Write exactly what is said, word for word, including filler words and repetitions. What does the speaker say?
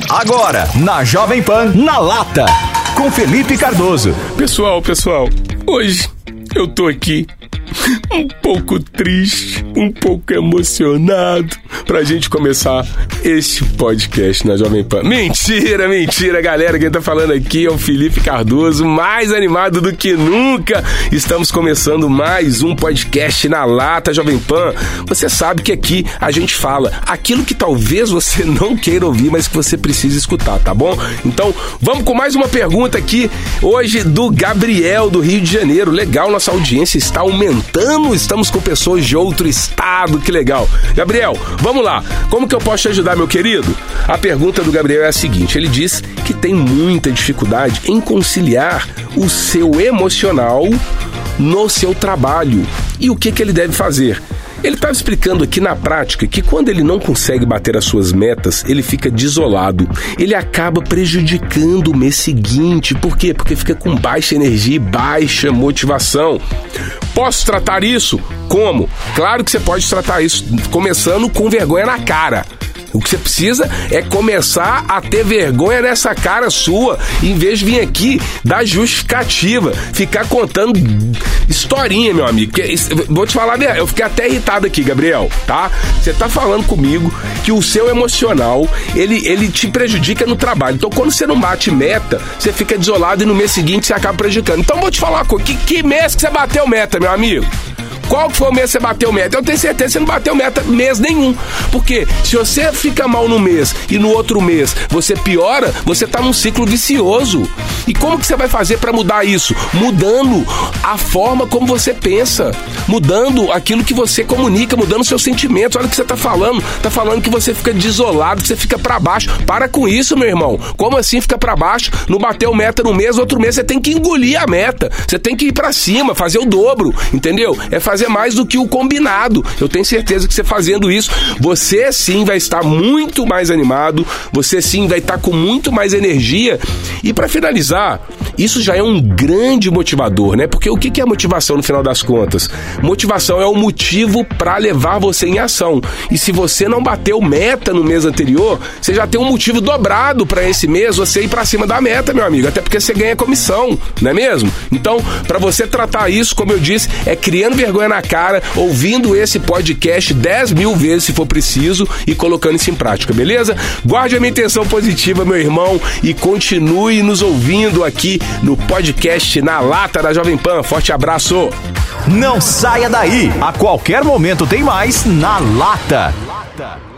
Agora, na Jovem Pan, Na Lata, com Felipe Cardoso. Pessoal, pessoal, hoje eu tô aqui um pouco triste, um pouco emocionado pra gente começar este podcast na Jovem Pan. Mentira, mentira, galera. Quem tá falando aqui é o Felipe Cardoso, mais animado do que nunca. Estamos começando mais um podcast na Lata, Jovem Pan. Você sabe que aqui a gente fala aquilo que talvez você não queira ouvir, mas que você precisa escutar, tá bom? Então, vamos com mais uma pergunta aqui, hoje do Gabriel, do Rio de Janeiro. Legal, nossa audiência está aumentando, estamos com pessoas de outro estado, que legal. Gabriel, vamos lá, como que eu posso te ajudar, meu querido? A pergunta do Gabriel é a seguinte, ele diz que tem muita dificuldade em conciliar o seu emocional no seu trabalho. E o que que ele deve fazer? Ele estava explicando aqui na prática que quando ele não consegue bater as suas metas, ele fica desolado. Ele acaba prejudicando o mês seguinte. Por quê? Porque fica com baixa energia e baixa motivação. Posso tratar isso? Como? Claro que você pode tratar isso começando com vergonha na cara. O que você precisa é começar a ter vergonha nessa cara sua, em vez de vir aqui dar justificativa, ficar contando historinha, meu amigo. Porque, vou te falar, eu fiquei até irritado aqui, Gabriel, tá? Você tá falando comigo que o seu emocional, ele, ele te prejudica no trabalho. Então, quando você não bate meta, você fica desolado e no mês seguinte você acaba prejudicando. Então, vou te falar uma coisa, que, que mês que você bateu meta, meu amigo? Qual que foi o mês que você bateu meta? Eu tenho certeza que você não bateu meta mês nenhum. Porque se você fica mal no mês e no outro mês você piora, você tá num ciclo vicioso. E como que você vai fazer para mudar isso? Mudando a forma como você pensa, mudando aquilo que você comunica, mudando seus sentimentos. Olha o que você tá falando. Tá falando que você fica desolado, que você fica para baixo. Para com isso, meu irmão. Como assim fica para baixo? Não bateu meta no mês, outro mês você tem que engolir a meta. Você tem que ir para cima, fazer o dobro, entendeu? É fazer fazer mais do que o combinado. Eu tenho certeza que você fazendo isso, você sim vai estar muito mais animado, você sim vai estar com muito mais energia. E para finalizar, isso já é um grande motivador, né? Porque o que é motivação no final das contas? Motivação é o motivo para levar você em ação. E se você não bateu meta no mês anterior, você já tem um motivo dobrado para esse mês você ir para cima da meta, meu amigo. Até porque você ganha comissão, não é mesmo? Então, para você tratar isso, como eu disse, é criando vergonha na cara, ouvindo esse podcast dez mil vezes se for preciso e colocando isso em prática, beleza? Guarde a minha intenção positiva, meu irmão, e continue nos ouvindo aqui no podcast Na Lata da Jovem Pan. Forte abraço! Não saia daí! A qualquer momento tem mais Na Lata.